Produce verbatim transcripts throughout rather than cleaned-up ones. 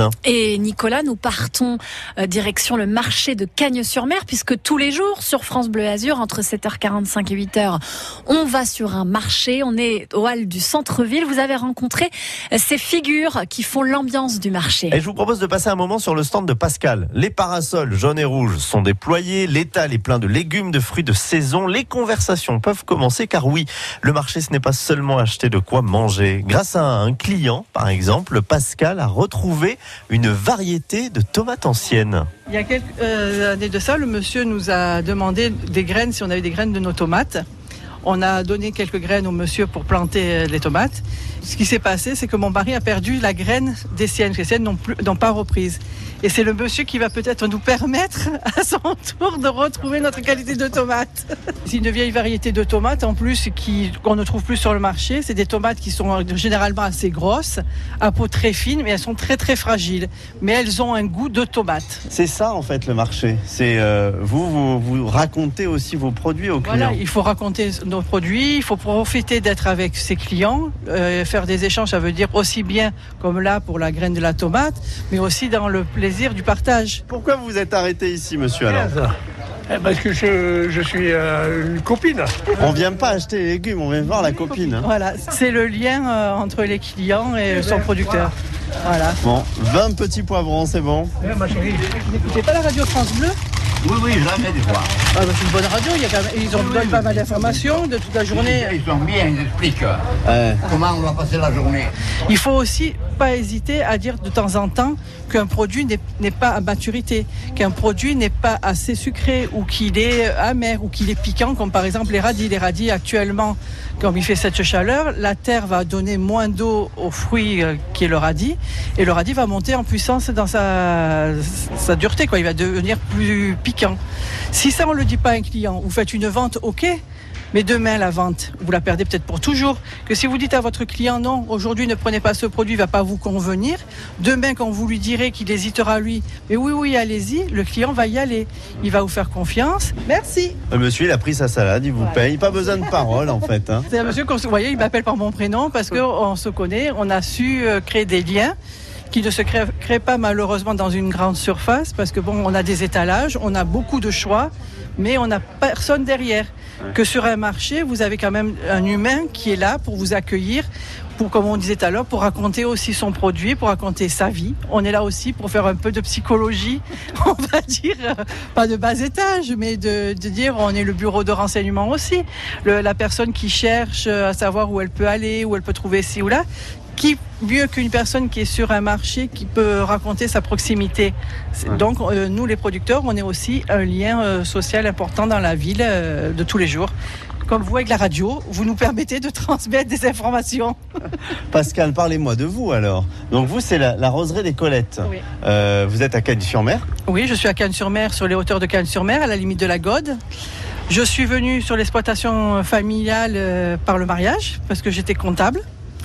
Et Nicolas, nous partons euh, direction le marché de Cagnes-sur-Mer, puisque tous les jours sur France Bleu Azur, entre sept heures quarante-cinq et huit heures, on va sur un marché. On est au hall du centre-ville. Vous avez rencontré ces figures qui font l'ambiance du marché. Et je vous propose de passer un moment sur le stand de Pascal. Les parasols jaunes et rouges sont déployés. L'étal est plein de légumes, de fruits de saison. Les conversations peuvent commencer, car oui, le marché, ce n'est pas seulement acheter de quoi manger. Grâce à un client, par exemple, Pascal a retrouvé une variété de tomates anciennes. Il y a quelques euh, années de ça, le monsieur nous a demandé des graines, si on avait des graines de nos tomates. On a donné quelques graines au monsieur pour planter les tomates. Ce qui s'est passé, c'est que mon mari a perdu la graine des siennes. Les siennes n'ont, plus, n'ont pas reprise. Et c'est le monsieur qui va peut-être nous permettre, à son tour, de retrouver notre qualité de tomates. C'est une vieille variété de tomates, en plus, qui, qu'on ne trouve plus sur le marché. C'est des tomates qui sont généralement assez grosses, à peau très fine, mais elles sont très très fragiles. Mais elles ont un goût de tomate. C'est ça, en fait, le marché. C'est euh, vous, vous, vous racontez aussi vos produits aux clients. Voilà, il faut raconter nos produits, il faut profiter d'être avec ses clients, euh, faire des échanges, ça veut dire aussi bien, comme là, pour la graine de la tomate, mais aussi dans le plaisir du partage. Pourquoi vous êtes arrêté ici, monsieur, alors ? Parce que je, je suis euh, une copine. On vient pas acheter les légumes, on vient voir la copine. Voilà, c'est le lien euh, entre les clients et son producteur. Voilà. Bon, vingt petits poivrons, c'est bon. Ouais, ma chérie. Vous n'écoutez pas la radio France Bleu ? Oui, oui, jamais des fois. Ah bah c'est une bonne radio, il y a quand même, ils ont donné pas mal d'informations de toute la journée. Ils sont bien, ils expliquent Ouais. comment on va passer la journée. Il faut aussi pas hésiter à dire de temps en temps qu'un produit n'est, n'est pas à maturité, qu'un produit n'est pas assez sucré ou qu'il est amer ou qu'il est piquant, comme par exemple les radis. Les radis actuellement, comme il fait cette chaleur, la terre va donner moins d'eau au fruit euh, qui est le radis, et le radis va monter en puissance dans sa, sa dureté, quoi. Il va devenir plus piquant. Si ça on le dit pas à un client, vous faites une vente, ok. Mais demain, la vente, vous la perdez peut-être pour toujours. Que si vous dites à votre client, non, aujourd'hui, ne prenez pas ce produit, il ne va pas vous convenir. Demain, quand vous lui direz qu'il hésitera, lui, mais oui, oui, allez-y, le client va y aller. Il va vous faire confiance. Merci. Le monsieur, il a pris sa salade, il vous ouais. paye. Pas besoin de parole, en fait. Hein. C'est un monsieur qu'on se voyait, il m'appelle par mon prénom parce qu'on se connaît. On a su créer des liens qui ne se créent, créent pas malheureusement dans une grande surface, parce que bon, on a des étalages, on a beaucoup de choix, mais on n'a personne derrière. Que sur un marché, vous avez quand même un humain qui est là pour vous accueillir, pour, comme on disait tout à l'heure, pour raconter aussi son produit, pour raconter sa vie. On est là aussi pour faire un peu de psychologie, on va dire, pas de bas étage, mais de, de dire on est le bureau de renseignement aussi. Le, la personne qui cherche à savoir où elle peut aller, où elle peut trouver ci ou là. Qui mieux qu'une personne qui est sur un marché qui peut raconter sa proximité. Ouais. Donc euh, nous les producteurs, on est aussi un lien euh, social important dans la ville euh, de tous les jours. Comme vous avec la radio, vous nous permettez de transmettre des informations. Pascal, parlez-moi de vous alors. Donc vous, c'est la, la roseraie des Colettes. Oui. Euh, vous êtes à Cagnes-sur-Mer ? Oui, je suis à Cagnes-sur-Mer, sur les hauteurs de Cagnes-sur-Mer, à la limite de la Gaude. Je suis venue sur l'exploitation familiale euh, par le mariage, parce que j'étais comptable.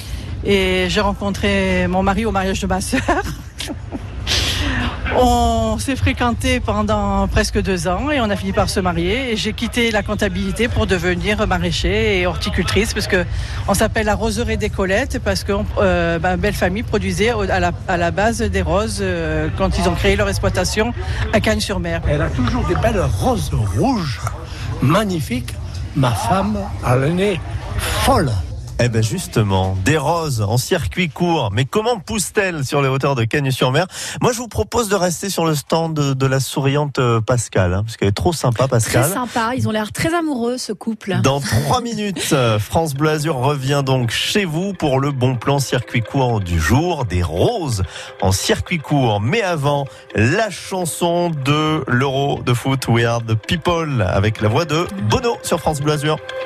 Et j'ai rencontré mon mari au mariage de ma sœur. On s'est fréquentés pendant presque deux ans et on a fini par se marier. Et j'ai quitté la comptabilité pour devenir maraîcher et horticultrice, parce que on s'appelle la roseraie des Colettes, parce que euh, ma belle famille produisait à la, à la base des roses euh, quand ils ont créé leur exploitation à Cagnes-sur-Mer. Elle a toujours des belles roses rouges, magnifiques. Ma femme a le nez folle. Eh ben justement, des roses en circuit court. Mais comment poussent-elles sur les hauteurs de Cagnes-sur-Mer ? Moi, je vous propose de rester sur le stand de, de la souriante Pascal, hein, parce qu'elle est trop sympa, Pascal. Très sympa, ils ont l'air très amoureux, ce couple. Dans trois minutes, France Bleu Azur revient donc chez vous pour le bon plan circuit court du jour, des roses en circuit court. Mais avant, la chanson de l'Euro de foot, We Are the People, avec la voix de Bono sur France Bleu Azur.